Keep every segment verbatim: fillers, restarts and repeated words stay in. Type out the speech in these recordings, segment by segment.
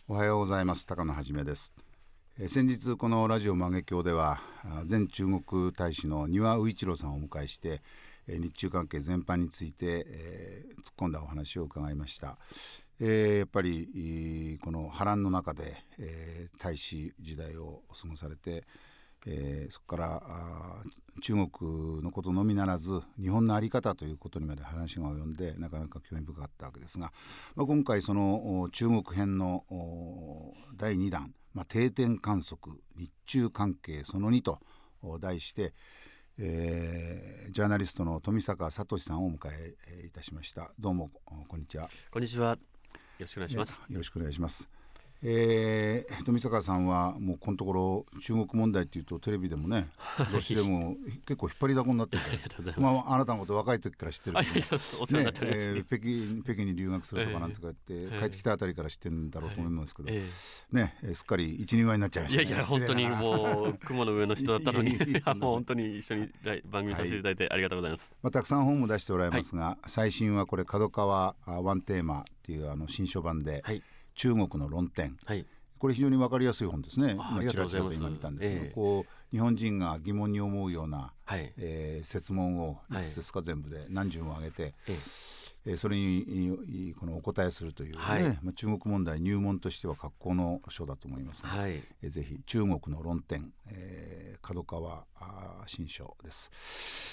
おはようございます。高野はじめです。えー、先日このラジオ万華鏡では前中国大使の丹羽宇一郎さんをお迎えして、えー、日中関係全般について、えー、突っ込んだお話を伺いました。えー、やっぱりこの波乱の中で、えー、大使時代を過ごされて、えー、そこから中国のことのみならず日本の在り方ということにまで話が及んでなかなか興味深かったわけですが、まあ、今回その中国編のだいにだん、まあ、定点観測日中関係そのにと題して、えー、ジャーナリストの富坂聡さんをお迎えいたしました。どうもこんにちは。 こんにちは。よろしくお願いします。 よろしくお願いします。えー、富坂さんはもうこのところ中国問題っていうとテレビでもね雑誌でも結構引っ張りだこになっててありがとうございまます。 あ、あなたのこと若い時から知ってるけど、ねお世話になっております、ねえー、北京、北京に留学するとかなんとか言って、えー、帰ってきたあたりから知ってるんだろうと思いますけど、えーね、すっかり一人前になっちゃいましたね。 いやいや本当にもう雲の上の人だったのにもう本当に一緒に番組させていただいてありがとうございます。 はい、まあ、たくさん本も出しておられますが、はい、最新はこれ角川ワンテーマっていうあの新書版で、はい、中国の論点、はい、これ非常に分かりやすい本ですね。 ありがとうございます。 今見たんですが、えー、こう日本人が疑問に思うような、はい、えー、設問をいくつですか、はい、全部で何十も挙げて、えーえー、それにこのお答えするという、ね、はい、まあ、中国問題入門としては格好の書だと思いますので、はい、えー、ぜひ中国の論点、えー、角川新書です。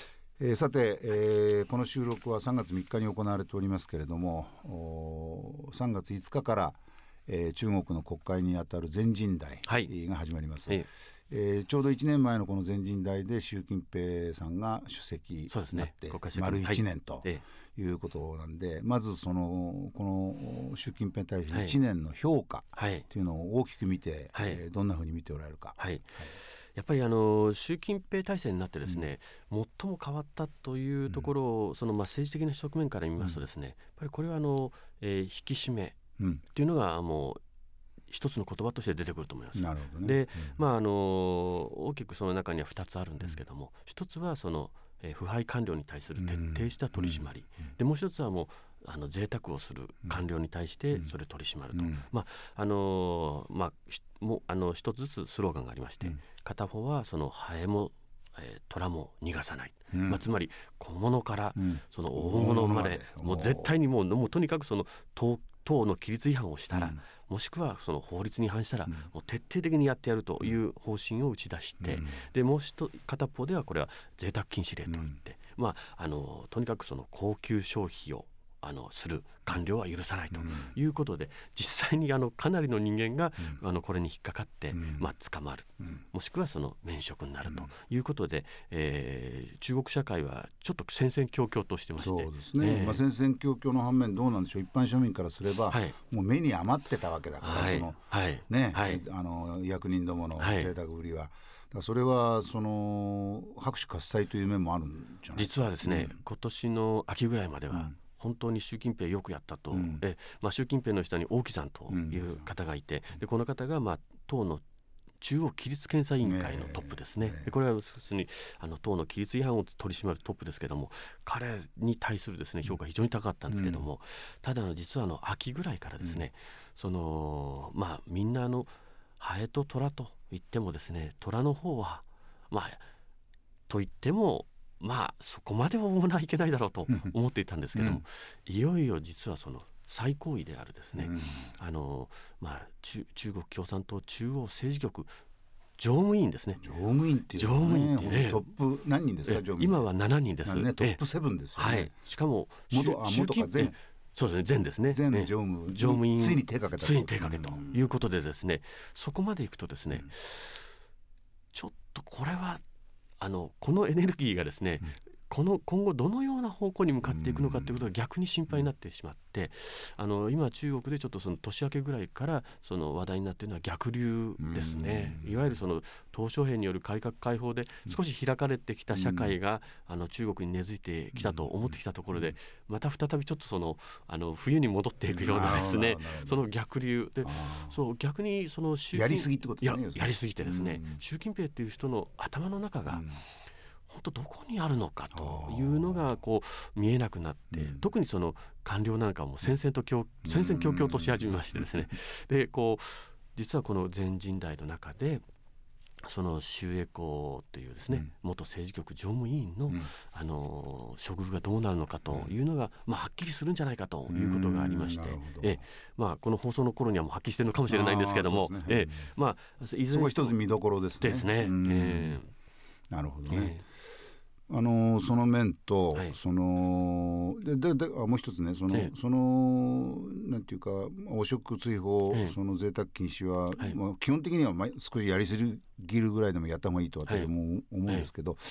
えー、さて、えー、この収録はさんがつみっかに行われておりますけれども、さんがついつかからえー、中国の国会にあたる全人代が始まります、はい、えー、ちょうどいちねんまえのこの全人代で習近平さんが出席になって丸いちねんということなんで、はい、まずそのこの習近平体制いちねんの評価というのを大きく見て、はい、えー、どんなふうに見ておられるか。はい、はい、 やっぱりあの習近平体制になってですね、うん、最も変わったというところを、うん、そのまあ政治的な側面から見ますとですね、うん、やっぱりこれはあの、えー、引き締めっていうのがもう一つの言葉として出てくると思います。 なるほどね。 で、まあ、あの大きくその中にはふたつあるんですけども、一つはその、えー、腐敗官僚に対する徹底した取り締まり、でもう一つはもうあの贅沢をする官僚に対してそれを取り締まると、まああのまあ、もうあの一つずつスローガンがありまして、片方はそのハエもえー、虎も逃がさない、うん、まあ、つまり小物からその大物まで、うん、もう絶対にもう、もうとにかくその党党の規律違反をしたら、うん、もしくはその法律に違反したら、うん、もう徹底的にやってやるという方針を打ち出して、うん、でもう一片方ではこれは贅沢禁止令といって、うん、まあ、あのとにかくその高級消費をあのする官僚は許さないということで、うん、実際にあのかなりの人間が、うん、あのこれに引っかかって、うん、まあ、捕まる、うん、もしくはその免職になるということで、うん、えー、中国社会はちょっと戦々恐々としてまして、 そうですね、えーまあ、戦々恐々の反面どうなんでしょう、一般庶民からすれば、はい、もう目に余ってたわけだから、はい、その、はいね、はい、あの役人どもの贅沢ぶりは、はい、だからそれはその拍手喝采という面もあるんじゃないですか。 実はですね、うん、今年の秋ぐらいまでは、うん、本当に習近平よくやったと、うん、えまあ、習近平の下に王岐山という方がいて、うん、でこの方が、まあ、党の中央規律検査委員会のトップですね。でこれは普通にあの党の規律違反を取り締まるトップですけども、彼に対するですね評価非常に高かったんですけども、うん、ただ実はあの秋ぐらいからですね、うん、そのまあみんなあのハエと虎と言ってもですね、虎の方はまあと言ってもまあそこまでは思いけないだろうと思っていたんですけども、うん、いよいよ実はその最高位であるですね、うん、あのまあ、中, 中国共産党中央政治局常務委員ですね。 常務委員っていうのは、ね、常務委員ってね、トップ何人ですか。常務委員今はしちにんです、 ね、トップセブンですよね。はい、 しかも元あ元か前そうですね、前ですね。 前の常務、 常務委員ついに手かけたついに手かけということでですね、うん、そこまでいくとですね、うん、ちょっとこれはあのこのエネルギーがですね、うん、この今後どのような方向に向かっていくのかということが逆に心配になってしまって、あの今中国でちょっとその年明けぐらいからその話題になっているのは逆流ですね。いわゆるその鄧小平による改革開放で少し開かれてきた社会があの中国に根付いてきたと思ってきたところで、また再びちょっとそのあの冬に戻っていくようなですね、その逆流で、そう逆にその習近やりすぎってことですね。 や, やりすぎてですね、習近平っていう人の頭の中が本当どこにあるのかというのがこう見えなくなって、うん、特にその官僚なんかも戦々と戦々恐々とし始めましてですね、でこう実はこの全人代の中でその周永公というですね、うん、元政治局常務委員の、うん、あの処遇がどうなるのかというのが、まあ、はっきりするんじゃないかということがありまして、えまあ、この放送の頃にはもうはっきりしてるのかもしれないんですけども、ねえまあ、いずれそこ一つ見どころですね。 ですね、えー、なるほどね、えー、あのその面と、はい、そのででであもう一つねその、ええ、そのなんていうか汚職追放、ええ、その贅沢禁止は、はい、まあ、基本的には少しやりすぎるぐらいでもやった方がいいと私はもう思うんですけど、はい、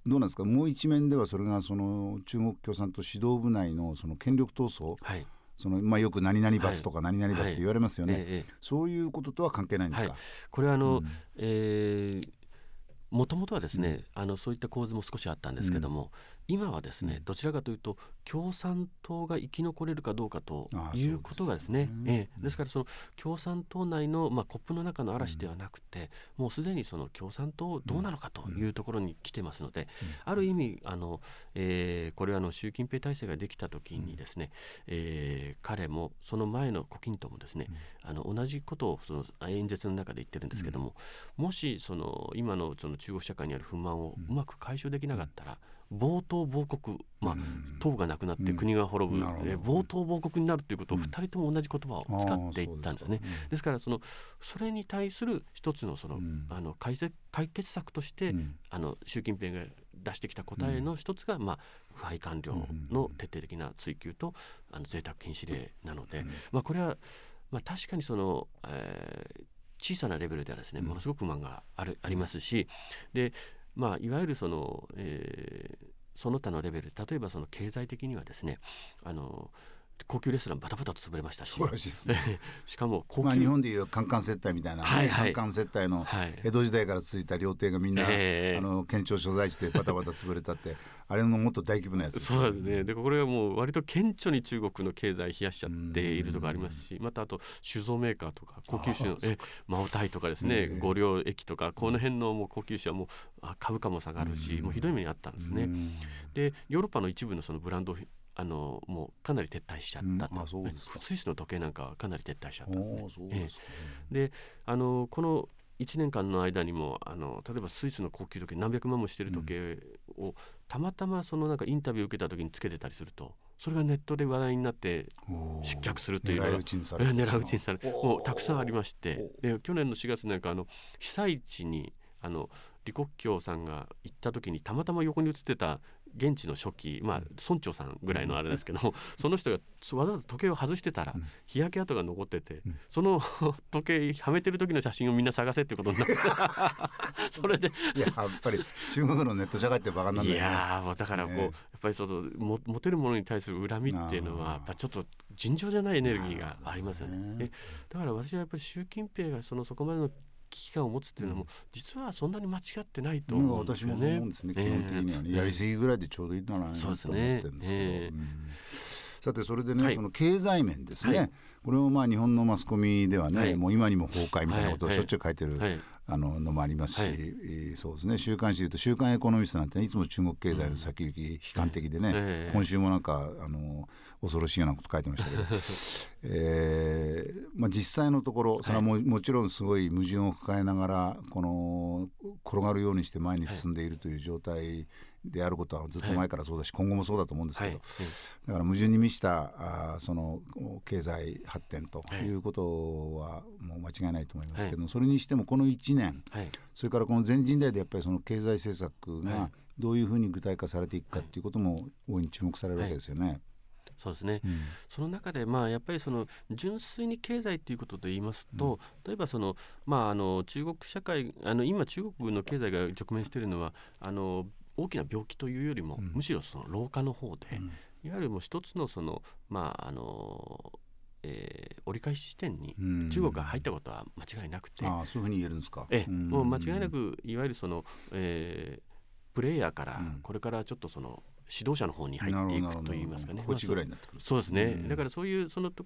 どうなんですか。もう一面ではそれがその中国共産党指導部内のその権力闘争、はい、そのまあ、よく何々罰とか何々罰って言われますよね、はいはい、ええ、そういうこととは関係ないんですか。はい、 これはあの、うん、えーもともとはですね、うん、あのそういった構図も少しあったんですけども、うん、今はですね、どちらかというと共産党が生き残れるかどうかということがですね、ですね、えー、ですからその共産党内の、まあ、コップの中の嵐ではなくて、うん、もうすでにその共産党どうなのかというところに来てますので、うん、ある意味あの、えー、これはあの習近平体制ができた時にですね、うん、えー、彼もその前の胡錦涛もですね、うん、あの同じことをその演説の中で言ってるんですけども、うん、もしその今のその中国社会にある不満をうまく解消できなかったら、うん、暴動暴国、まあ、党がなくなって国が滅ぶ、うん、え暴動暴国になるということをふたりとも同じ言葉を使っていったんですね、うん、です, ですからそのそれに対する一つのその、うん、あの 解, 解決策として、うん、あの習近平が出してきた答えの一つが、うん、まあ、腐敗官僚の徹底的な追及と、あの贅沢禁止令なので、うん、まあ、これは、まあ、確かにその、えー小さなレベルではですね、ものすごく不満がある、うん、ありますし、で、まあ、いわゆるその、えー、その他のレベル、例えばその経済的にはですね、あの高級レストランバタバタと潰れましたし、 そうらしいですねしかも高級、 まあ、日本でいうカンカン接待みたいな、ね、はいはい、カンカン接待の江戸時代から続いた料亭がみんな、えー、あの県庁所在地でバタバタ潰れたってあれのもっと大規模なやつです、ね、 そうですね。でこれはもう割と顕著に中国の経済冷やしちゃっているところありますし、またあと酒造メーカーとか高級酒のえ茅台とかですね、五両液とかこの辺のもう高級酒はもう株価も下がるし、もうひどい目にあったんですね。でヨーロッパの一部のそのブランドあのもうかなり撤退しちゃったと、うん、あそうですか。スイスの時計なんかはかなり撤退しちゃったんですね。そうですか、えー、であのこのいちねんかんの間にもあの例えばスイスの高級時計何百万もしてる時計を、うん、たまたまそのなんかインタビューを受けた時につけてたりすると、それがネットで話題になって失脚するというのが狙い撃ちにされて狙い撃ちにされてもうたくさんありまして、で去年のしがつなんかあの被災地にあの李克強さんが行った時にたまたま横に写ってた現地の書記、まあ、村長さんぐらいのあれですけども、その人がわざわざ時計を外してたら日焼け跡が残ってて、その時計はめてる時の写真をみんな探せってことになってそれでいややっぱり中国のネット社会ってバカなんだよね。 いやもうだからこう、ね、やっぱりそのも持てるものに対する恨みっていうのはやっぱちょっと尋常じゃないエネルギーがありますよね。えだから私はやっぱり習近平がそのそこまでの危機感を持つっていうのも、うん、実はそんなに間違ってないと思うんですよね。 私もそう思うんですね、基本的にはね、えー、やりすぎぐらいでちょうどいいんじゃないかなと思ってるんですけど、えーうん、さてそれでね、はい、その経済面ですね、はい、これをまあ日本のマスコミではね、はい、もう今にも崩壊みたいなことをしょっちゅう書いてる、はいはい、あののもありますし、はい、そうですね、週刊誌でいうと週刊エコノミストなんて、ね、いつも中国経済の先行き悲観的でね、うん、今週もなんかあの恐ろしいようなこと書いてましたけど、えーまあ、実際のところそれは も, もちろんすごい矛盾を抱えながらこの転がるようにして前に進んでいるという状態であることはずっと前からそうだし、はい、今後もそうだと思うんですけど、はい、だから矛盾に満ちたあその経済発展ということはもう間違いないと思いますけど、はい、それにしてもこのいちねん、はい、それからこの全人代でやっぱりその経済政策がどういうふうに具体化されていくかということも大いに注目されるわけですよね。はい、 そうですね、うん、その中でまあやっぱりその純粋に経済ということで言いますと、うん、例えばその、まあ、あの中国社会あの今中国の経済が直面しているのはあの大きな病気というよりも、うん、むしろその老化の方で、うん、いわゆるもう一つのそのまああのえー、折り返し地点に中国が入ったことは間違いなくて、 ああそういうふうに言えるんですか。 えもう間違いなくいわゆるその、えー、プレイヤーからこれからちょっとその指導者の方に入っていくといいますかね、 コーチぐらいになってくる。 そうですね、だからそういうその時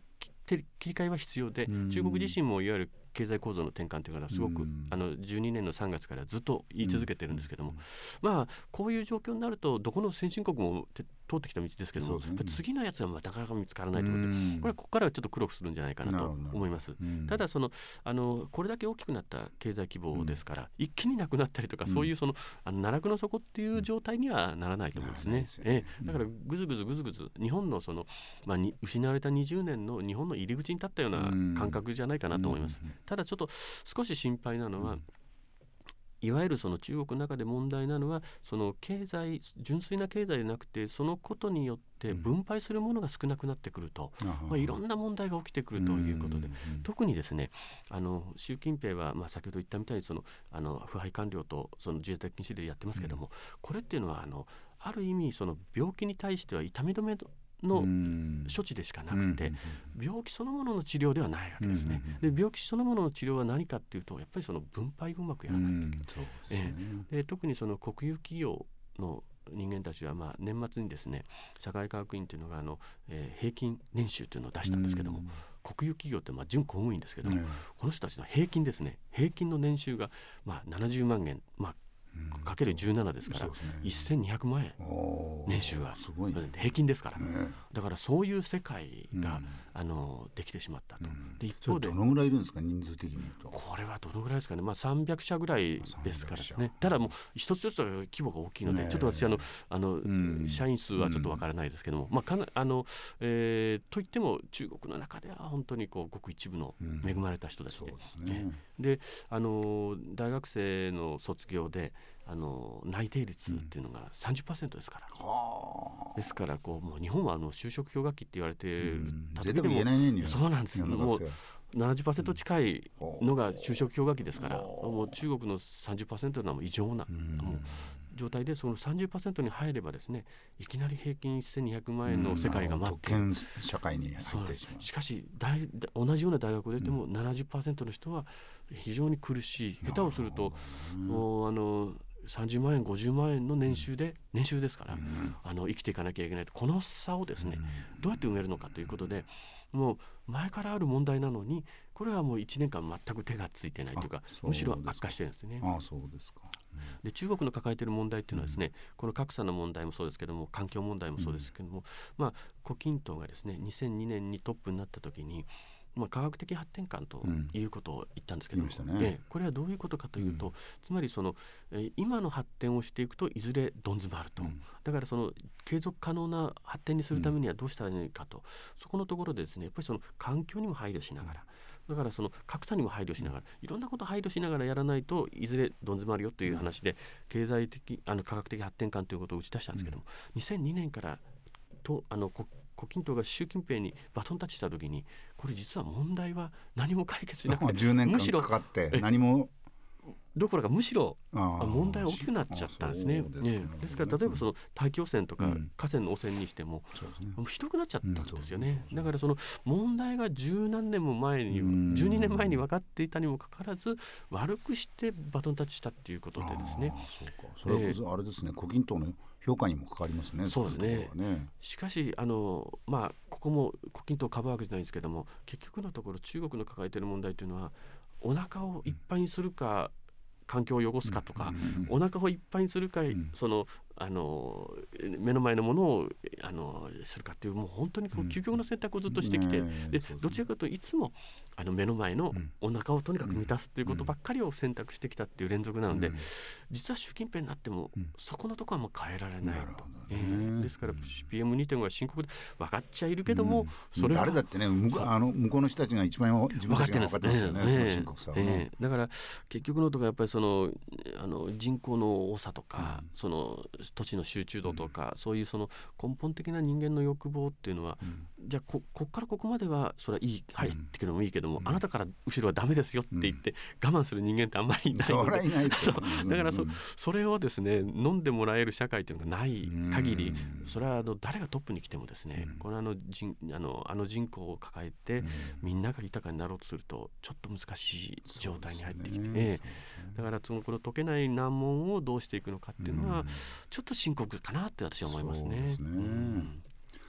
切り替えは必要で、中国自身もいわゆる経済構造の転換というのはすごくあのじゅうにねんのさんがつからずっと言い続けてるんですけども、まあこういう状況になるとどこの先進国も通ってきた道ですけども、ね、次のやつはなかなか見つからないと思うので、これはここからはちょっと苦労するんじゃないかなと思います。ただそのあのこれだけ大きくなった経済規模ですから、一気になくなったりとか、そういうそのあの奈落の底っていう状態にはならないと思うんですね。ええ、だからぐずぐずぐずぐず日本のその、まあ、に失われたにじゅうねんの日本の入り口に立ったような感覚じゃないかなと思います。ただちょっと少し心配なのは、いわゆるその中国の中で問題なのはその経済、純粋な経済でなくて、そのことによって分配するものが少なくなってくると、まあ、いろんな問題が起きてくるということで、特にですねあの習近平は、まあ、先ほど言ったみたいにそのあの腐敗官僚とその自衛隊禁止令やってますけども、これっていうのはあのある意味その病気に対しては痛み止めの処置でしかなくて、病気そのものの治療ではないわけですね。で病気そのものの治療は何かっていうと、やっぱりその分配をうまくやらないといけない。そうですね。えー、で特にその国有企業の人間たちは、まあ年末にですね社会科学院というのがあの、えー、平均年収というのを出したんですけども、国有企業ってまあ準公務員ですけども、この人たちの平均ですね、平均の年収がまあななじゅうまんえん、まあかけるじゅうななですから、せんにひゃくまんえん年収が平均ですから、だからそういう世界があのできてしまったと。で一方でどのぐらいいるんですか、人数的に言うと。 これはどのぐらいですかね、まあ、さんびゃくしゃぐらいですからですね。ただもう一つ一つ規模が大きいので、ちょっと私あのあの社員数はちょっとわからないですけども、まあかなあのえー、といっても中国の中では本当にこうごく一部の恵まれた人たちで、であの大学生の卒業であの内定率っていうのが さんじゅっパーセント ですから、うん、ですからこうもう日本はあの就職氷河期って言われてる絶対言えないね。 そうなんです。もう ななじゅっパーセント 近いのが就職氷河期ですから、もう中国の さんじゅっパーセント のはもう異常な、もう状態で、その さんじゅっパーセント に入ればですね、いきなり平均せんにひゃくまんえんの世界が待っている、 特権社会に入ってしまう。 しかし大同じような大学を出ても ななじゅっパーセント の人は非常に苦しい、下手をするともうあのさんじゅうまんえんごじゅうまんえんの年収で、年収ですから、うん、あの生きていかなきゃいけないと。この差をですね、うん、どうやって埋めるのかということで、もう前からある問題なのに、これはもういちねんかん全く手がついてないというか、むしろ悪化してるんですね。 ああ、そうですか。 で中国の抱えている問題っていうのはですね、うん、この格差の問題もそうですけども、環境問題もそうですけども、うん、まあ胡錦涛がですねにせんにねんにトップになった時に、まあ、科学的発展観ということを言ったんですけども、うんね、えこれはどういうことかというと、うん、つまりその、えー、今の発展をしていくといずれどん詰まると、うん、だからその継続可能な発展にするためにはどうしたらいいかと、うん、そこのところでですね、やっぱりその環境にも配慮しながら、だからその格差にも配慮しながら、いろんなことを配慮しながらやらないといずれどん詰まるよという話で、経済的あの科学的発展観ということを打ち出したんですけども、うん、にせんにねんからとあの胡錦涛が習近平にバトンタッチしたときに、これ実は問題は何も解決しなくて、 じゅうねんかんかかって何もどころかむしろ問題が大きくなっちゃったんですね。ですね、ですから例えばその大気汚染とか河川の汚染にしても、うん、ひどくなっちゃったんですよね。だからその問題が十何年も前に、じゅうにねんまえに分かっていたにもかかわらず悪くしてバトンタッチしたっていうことでですね。 そうか、それはこそあれですね、胡錦涛の評価にもかかりますね。 そうですね。ね、しかしあの、まあ、ここも胡錦涛をかばうわけじゃないんですけども、結局のところ中国の抱えている問題というのは、お腹をいっぱいにするか、環境を汚すかとか、うん、お腹をいっぱいにするか、うん、そのあの目の前のものをあのするかっていう、もう本当にこう究極の選択をずっとしてきて、うん、でどちらかというといつもあの目の前のお腹をとにかく満たすっていうことばっかりを選択してきたっていう連続なので、うん、実は習近平になっても、うん、そこのところはもう変えられないと、ね、えー、ですから ピーエムにてんご は深刻で分かっちゃいるけども、うん、 それは誰だってね、向こう、あの向こうの人たちが一番自分たちが分かってますよね、ね、深刻さはね、 えー、だから結局のところやっぱりそのあの人口の多さとか、うん、その土地の集中度とか、うん、そういうその根本的な人間の欲望っていうのは、うん、じゃあ こ, こっからここまではそれはいい、入ってくるのもいいけども、うん、あなたから後ろはダメですよって言って、うん、我慢する人間ってあんまりいないので、 いないそうだから そ, それをですね飲んでもらえる社会っていうのがない限り、うん、それはあの誰がトップに来てもですね、うん、このあの人あのあの人口を抱えて、うん、みんなが豊かになろうとするとちょっと難しい状態に入ってきて、ねね、だからそのこの解けない難問をどうしていくのかっていうのは、うん、ちょっと深刻かなって私は思いますね。 そうですね、うん、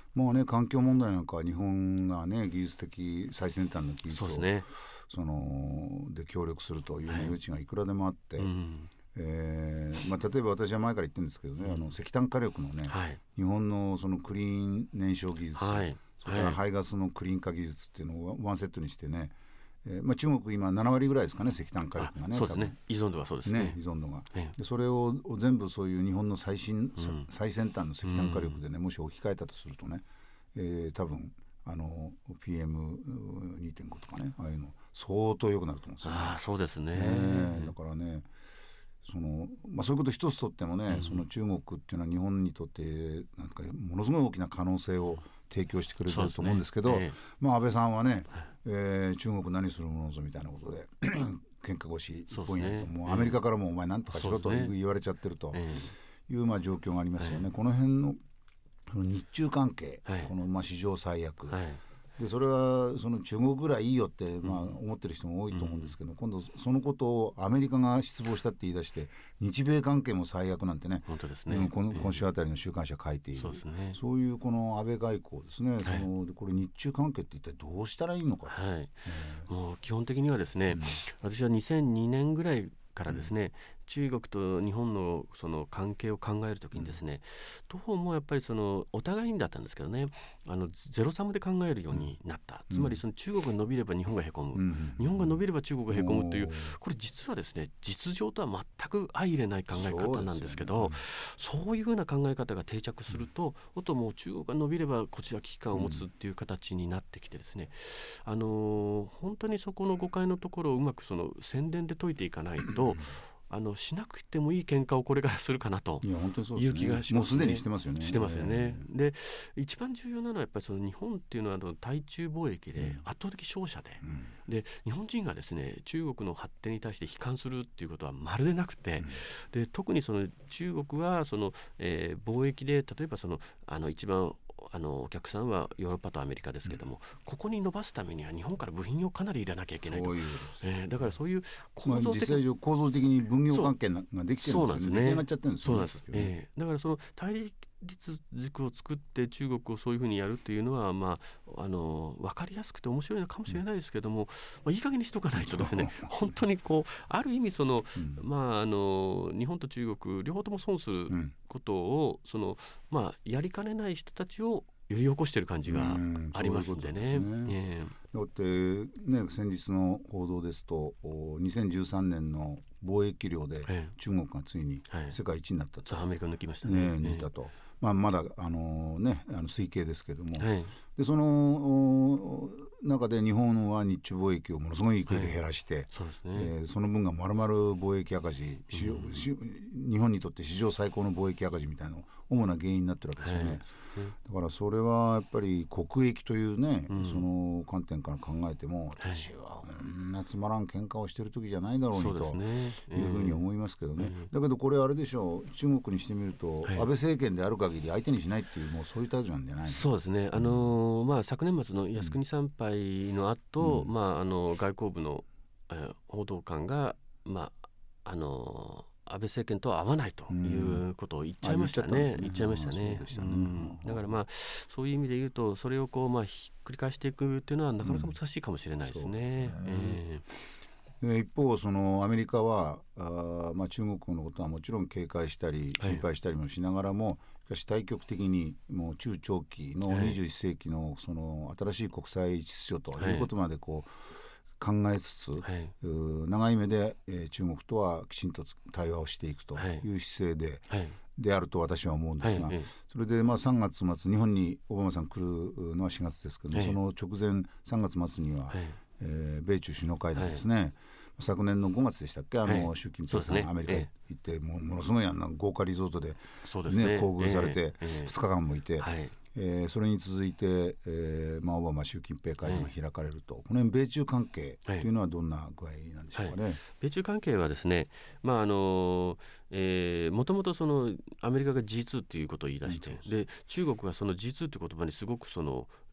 まあね、環境問題なんかは日本がね技術的最先端の技術を そ,、ね、そので協力するというような余地がいくらでもあって、はい、うんえーまあ、例えば私は前から言ってるんですけどね、うん、あの石炭火力のね、はい、日本のそのクリーン燃焼技術、はい、それから排ガスのクリーン化技術っていうのをワンセットにしてね、えーまあ、中国今ななわりぐらいですかね、石炭火力がね、 そうですね、依存度はそうですね、 ね依存度が、ええ、でそれを全部そういう日本の最新、うん、最先端の石炭火力でね、もし置き換えたとするとね、えー、多分あの ピーエムにてんご とかね、ああいうの相当良くなると思うんですよね。 あそうですね、 えー、だからねその、まあ、そういうこと一つとってもね、うん、その中国っていうのは日本にとってなんかものすごい大きな可能性を提供してくれてると思うんですけど、ねえーまあ、安倍さんはね、えー、中国何するものぞみたいなことで喧嘩腰一本やると、ね、もうアメリカからもお前なんとかしろと言われちゃってるという、まあ、状況がありますよね、えー、この辺の日中関係、はい、このまあ史上最悪、はい、でそれはその中国ぐらいいいよって、まあ、思ってる人も多いと思うんですけど、うん、今度そのことをアメリカが失望したって言い出して日米関係も最悪なんてね、 本当ですね、 この今週あたりの週刊誌が書いている、 そうですね、 そういうこの安倍外交ですね、はい、そのこれ日中関係って一体どうしたらいいのか、 はいえー、もう基本的にはですね、うん、私はにせんにねんぐらいからですね、うん、中国と日本のその関係を考えるときにですね、うん、どうもやっぱりそのお互いにだったんですけどね、あのゼロサムで考えるようになった、うん、つまりその中国が伸びれば日本がへこむ、うん、日本が伸びれば中国がへこむという、これ実はですね実情とは全く相入れない考え方なんですけど、そうですよね、そういうふうな考え方が定着すると、あともう中国が伸びればこちら危機感を持つっていう形になってきてですね、あのー、本当にそこの誤解のところをうまくその宣伝で解いていかないとあのしなくてもいい喧嘩をこれからするかなという気がしますね。 もうすでにしてますよね。 してますよね。で一番重要なのはやっぱりその日本っていうのはあの対中貿易で圧倒的勝者で、うん、で日本人がですね中国の発展に対して悲観するっていうことはまるでなくて、うん、で特にその中国はその、えー、貿易で例えばそのあの一番あのお客さんはヨーロッパとアメリカですけども、うん、ここに伸ばすためには日本から部品をかなり入れなきゃいけないと、いう、えー、だからそういう構造的、まあ、実際上構造的に分業関係ができてるんですよね。出来上がっちゃってるんですよね。 そうなんです、えー、だからその対立軸を作って中国をそういうふうにやるっていうのは、まあ、あの分かりやすくて面白いのかもしれないですけども、うんまあ、いい加減にしとかないとですね本当にこうある意味その、うんまあ、あの日本と中国両方とも損することを、うんそのまあ、やりかねない人たちを呼び起こしている感じがありますんでね。 だってね先日の報道ですとにせんじゅうさんねんの貿易量で中国がついに世界一になったと、 はい、アメリカ抜きましたね。 ね抜いたと、まあ、まだあの、ね、あの推計ですけども、はい、でその中で日本は日中貿易をものすごい勢いで減らして、はい そうですねえー、その分がまるまる貿易赤字、市場、うん、日本にとって史上最高の貿易赤字みたいな主な原因になってるわけですよね。はいだからそれはやっぱり国益というね、うん、その観点から考えても私はこんなつまらん喧嘩をしてる時じゃないだろうにというふうに思いますけどね、えー、だけどこれあれでしょう、中国にしてみると、はい、安倍政権である限り相手にしないっていうもうそういう態度なんじゃないの。 そうですね、あのーまあ、昨年末の靖国参拝の後、うんまあ、あの外交部の、えー、報道官が、まああのー安倍政権とは合わないということを言っちゃいましたね。言っちゃいましたね。だからまあそういう意味で言うとそれをこうまあひっくり返していくっていうのはなかなか難しいかもしれないですね。 一方そのアメリカはあ、まあ、中国のことはもちろん警戒したり心配したりもしながらも、はい、しかし対極的にもう中長期のにじゅういっ世紀のその新しい国際秩序ということまでこう、はい考えつつ、はい、長い目で、えー、中国とはきちんと対話をしていくという姿勢で、はい、であると私は思うんですが、はい、それでまあさんがつ末日本にオバマさん来るのはしがつですけども、はい、その直前さんがつ末には、はいえー、米中首脳会談ですね、はい、昨年のごがつでしたっけ、あの、はい、習近平さん、ね、アメリカへ行って、えー、も, ものすごいあんな豪華リゾートで、ねね、厚遇されてふつかかんもいて、えーえーえー、それに続いて、えーまあ、オバマ習近平会談が開かれると、はい、この辺米中関係というのはどんな具合なんでしょうかね。はい、 米中関係はですね、まああのえー、もともとそのアメリカが ジーツー ということを言い出して、うん、で中国はその ジーツー という言葉にすごくその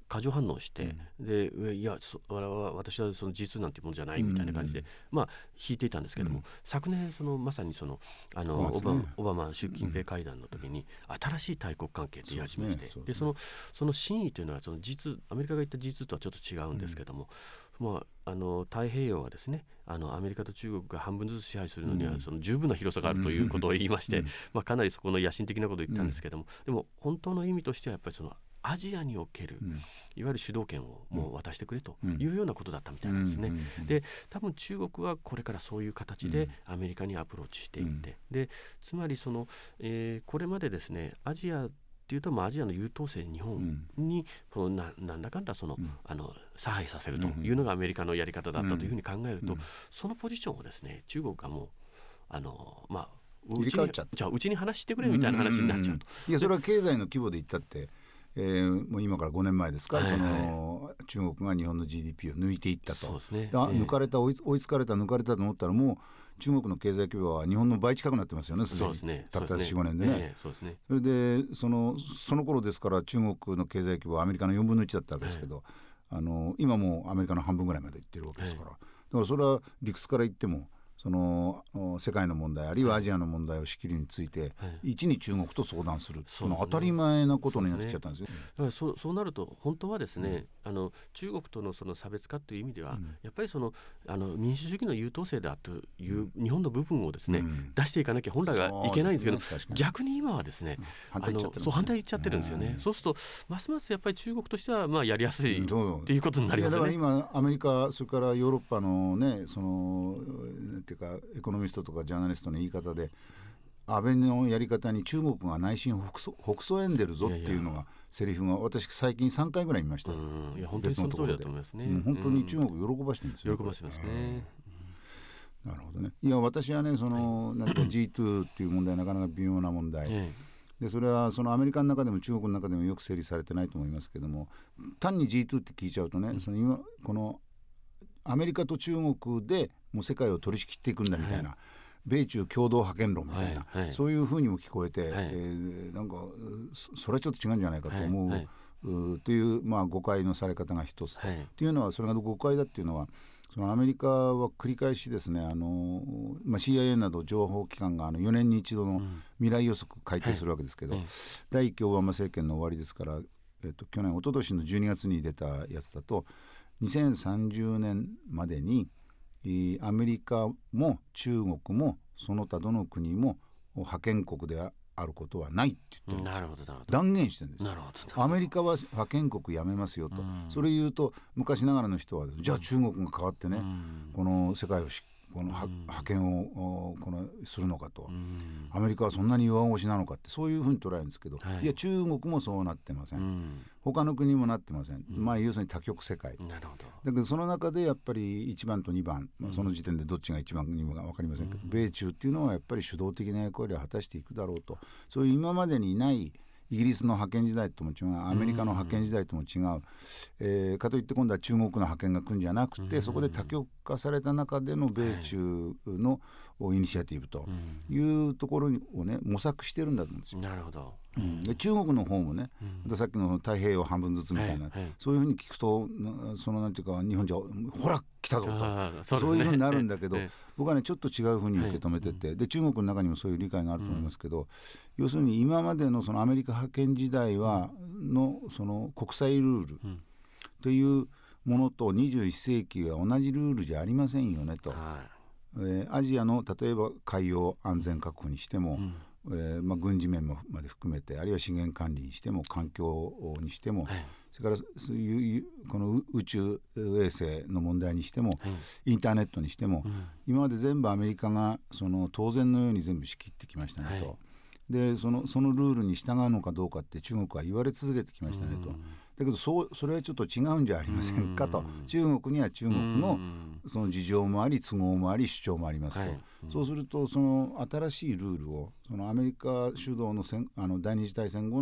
過剰反応して、うん、でいやそ私はその実なんていうものじゃないみたいな感じで、うんまあ、引いていたんですけども、うん、昨年そのまさにそのあの、ね、オバマ、オバマ習近平会談の時に新しい大国関係って言い始めて、うん、でそのその真意というのはその実アメリカが言った実とはちょっと違うんですけども、うんまあ、あの太平洋はですねあのアメリカと中国が半分ずつ支配するのにはその十分な広さがあるということを言いまして、うんまあ、かなりそこの野心的なことを言ったんですけども、うん、でも本当の意味としてはやっぱりそのアジアにおける、うん、いわゆる主導権をもう渡してくれというようなことだったみたいなんですね、うんうんうん、で多分中国はこれからそういう形でアメリカにアプローチしていって、うん、でつまりその、えー、これまでですねアジアっていうと、まあ、アジアの優等生日本に、うん、このななんだかんだその、うん、あの差配させるというのがアメリカのやり方だったというふうに考えると、うん、そのポジションをですね中国がもうあのまあうちにじゃあうちに話してくれみたいな話になっちゃうと、うんうんうん、 いやそれは経済の規模で言ったってえー、もう今からごねんまえですか、はいはい、その中国が日本の ジーディーピー を抜いていったと。 そうですね、 あ抜かれた追い、追いつかれた抜かれたと思ったらもう中国の経済規模は日本の倍近くなってますよね、すでに。 そうですね、 たった よん,ご 年でね、えー、そうですね。それでそのその頃ですから中国の経済規模はアメリカのよんぶんのいちだったわけですけど、えー、あの今もうアメリカの半分ぐらいまでいってるわけですから、えー、だからそれは理屈から言ってもその世界の問題あるいはアジアの問題をしきりについて、はい、一に中国と相談する、その当たり前なことになってきちゃったんですよ。 そうですね。だからそ、そうなると本当はですね、うん、あの中国とのその差別化という意味では、うん、やっぱりそのあの民主主義の優等生だという日本の部分をですね、うん、出していかなきゃ本来はいけないんですけど、ね、逆に今はですね、 反対言っちゃってるんですね。 そう反対言っちゃってるんですよね、うん、そうするとますますやっぱり中国としてはまあやりやすいっていうことになりますよね。 いやだから今アメリカそれからヨーロッパのねそのなんていうかエコノミストとかジャーナリストの言い方で安倍のやり方に中国が内心ほくそ笑んでるぞっていうのがセリフが私最近さんかいぐらい見ました。 うんいや本当にその通りだと思いますね、 うん、本当に中国喜ばしてるんですよ、 喜ばしてますね、 うん、なるほどね。いや私はねその、はい、なんか ジーツー っていう問題はなかなか微妙な問題、ええ、でそれはそのアメリカの中でも中国の中でもよく整理されてないと思いますけども、単に ジーツー って聞いちゃうとね、うん、その今このアメリカと中国でもう世界を取り仕切っていくんだみたいな、はい、米中共同覇権論みたいな、はいはい、そういうふうにも聞こえて、はいえー、なんか そ, それはちょっと違うんじゃないかと思う、はいはい、うという、まあ、誤解のされ方が一つと、はい、というのはそれが誤解だっていうのはそのアメリカは繰り返しですねあの、まあ、シーアイエー など情報機関があのよねんに一度の未来予測改定するわけですけど、うんはい、第一期オバマ政権の終わりですから、えっと、去年一昨年のじゅうにがつに出たやつだとにせんさんじゅうねんまでにアメリカも中国もその他どの国も覇権国であることはないって言ってるんです。 なるほどなるほど。 断言してるんです。 なるほど。 アメリカは覇権国やめますよと、それ言うと昔ながらの人はじゃあ中国が変わってねこの世界をしこの覇権をこのするのかと、アメリカはそんなに弱腰なのかってそういうふうに捉えるんですけど、はい、いや中国もそうなってません、他の国もなってません、まあ要するに多極世界。 なるほど。 だけどその中でやっぱりいちばんとにばん、まあ、その時点でどっちがいちばんにも分かりませんけど、米中っていうのはやっぱり主導的な役割を果たしていくだろうと、そういう今までにないイギリスの覇権時代とも違うアメリカの覇権時代とも違う、えー、かといって今度は中国の覇権が来るんじゃなくて、そこで多極化された中での米中のイニシアティブというところをね模索してるんだと思うんですよ。 なるほど。 うん、で中国の方もね、うん、さっきの太平洋半分ずつみたいな、はいはい、そういうふうに聞くとそのなんていうか日本じゃほら来たぞと そ, う、ね、そういうふうになるんだけど、ええ、僕はねちょっと違うふうに受け止めてて、はい、で中国の中にもそういう理解があると思いますけど、うん、要するに今までのそのアメリカ覇権時代はのその国際ルールというものとにじゅういっせいきは同じルールじゃありませんよねと、はいえー、アジアの例えば海洋安全確保にしても、うんえーまあ、軍事面もまで含めてあるいは資源管理にしても環境にしても、はい、それからそういうこの宇宙衛星の問題にしても、はい、インターネットにしても、うん、今まで全部アメリカがその当然のように全部仕切ってきましたねと、はい、で その、そのルールに従うのかどうかって中国は言われ続けてきましたねと、うんだけど そ, それはちょっと違うんじゃありませんかと、中国には中国のその事情もあり都合もあり主張もありますと、はいうん、そうするとその新しいルールをそのアメリカ主導の戦あの第二次大戦後の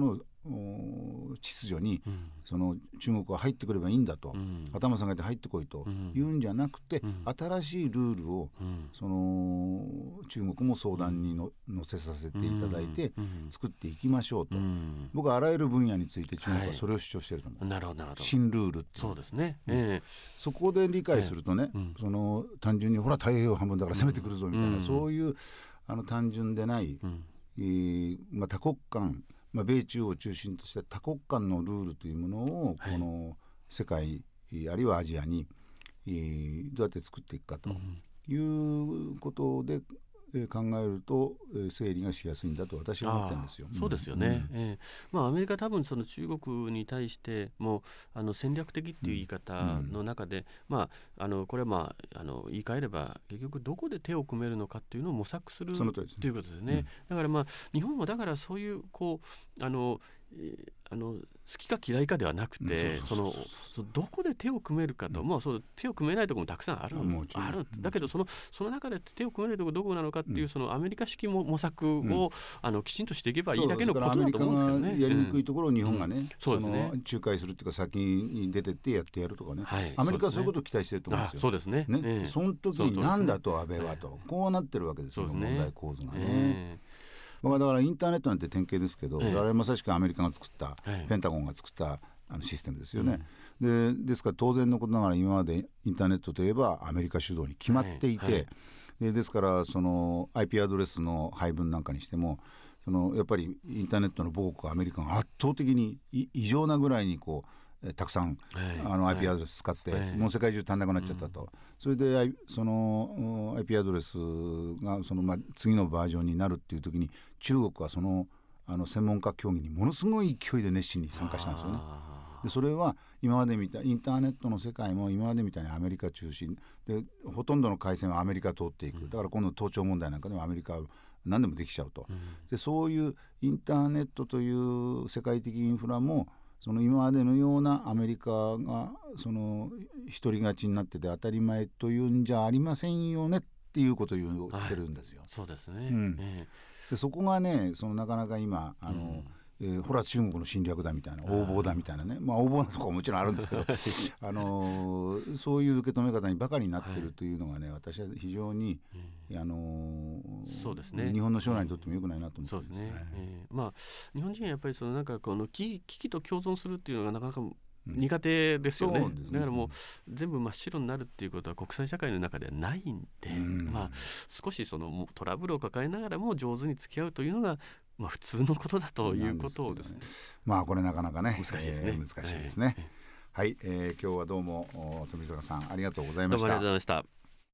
秩序に、 うん、 その中国は入ってくればいいんだと、 うん、 頭下げて入ってこいというんじゃなくて、 うん、 新しいルールを、うん、その中国も相談にの乗せさせていただいて、うん、作っていきましょうと、うん、僕はあらゆる分野について中国はそれを主張していると思う、はい、 なるほどなるほど。 新ルールっていう、 そうですね、 うんえー、 そこで理解するとね、えーうん、その単純にほら太平洋半分だから攻めてくるぞみたいな、うん、そういうあの単純でない、うんえーまあ、多国間、まあ、米中を中心とした多国間のルールというものを、はい、この世界あるいはアジアに、えー、どうやって作っていくかということで、えー、考えると、えー、整理がしやすいんだと私は思ってるんですよ。 そうですよね、うんえーまあ、アメリカ多分その中国に対してもうあの戦略的っていう言い方の中で、うんまあ、あのこれは、まあ、あの言い換えれば結局どこで手を組めるのかっていうのを模索するということですね、うん、だから、まあ、日本はだからそういうこうあのあの好きか嫌いかではなくてどこで手を組めるかと、うんまあ、そう手を組めないところもたくさんある、あるだけどその、その中で手を組めるところどこなのかっていう、うん、そのアメリカ式も模索を、うん、あのきちんとしていけばいいだけのことだと思うんですけどね。 アメリカがやりにくいところを日本がね、 うん、そうですね、 その仲介するっていうか先に出てってやってやるとかね、 はい、 アメリカはそういうことを期待してると思うんですよ。 そうですね、 ねえー、 その時になんだと安倍はと、こうなってるわけですよ、問題構図がね。えーだからインターネットなんて典型ですけど、ええ、あれはまさしくアメリカが作った、ええ、ペンタゴンが作ったあのシステムですよね、うん、で, ですから当然のことながら今までインターネットといえばアメリカ主導に決まっていて、ええ、で, ですからその アイピー アドレスの配分なんかにしてもそのやっぱりインターネットの母国アメリカが圧倒的に異常なぐらいにこうたくさん、はい、あの アイピー アドレス使って、はい、もう世界中足んなくなっちゃったと、うん、それでその アイピー アドレスがその、まあ、次のバージョンになるっていう時に中国はその、あの専門家協議にものすごい勢いで熱心に参加したんですよね。でそれは今までみたいインターネットの世界も今までみたいにアメリカ中心でほとんどの回線はアメリカ通っていく、だから今度盗聴問題なんかでもアメリカは何でもできちゃうと、うん、でそういうインターネットという世界的インフラもその今までのようなアメリカがその一人勝ちになってて当たり前というんじゃありませんよねっていうことを言ってるんですよ、 はい、そうですね、 うんえー、でそこがねそのなかなか今あの、うんえー、ほら中国の侵略だみたいな横暴だみたいなね、まあ横暴なところももちろんあるんですけどあのー、そういう受け止め方にばかりなってるというのがね、はい、私は非常に、うんあのー、 そうですね、 日本の将来にとっても良くないなと思ってますね。 そうですね、えーまあ、日本人はやっぱりそのなんかこの危機と共存するっていうのがなかなか苦手ですよね、うん、ですね。だからもう全部真っ白になるっていうことは国際社会の中ではないんで、うんまあ、少しそのトラブルを抱えながらも上手に付き合うというのがまあ、普通のことだということをですね。 まあこれなかなかね難しいですね。 えー、難しいですね。はい、はいえー、今日はどうも富坂さんありがとうございました。 どうもありがとうございました。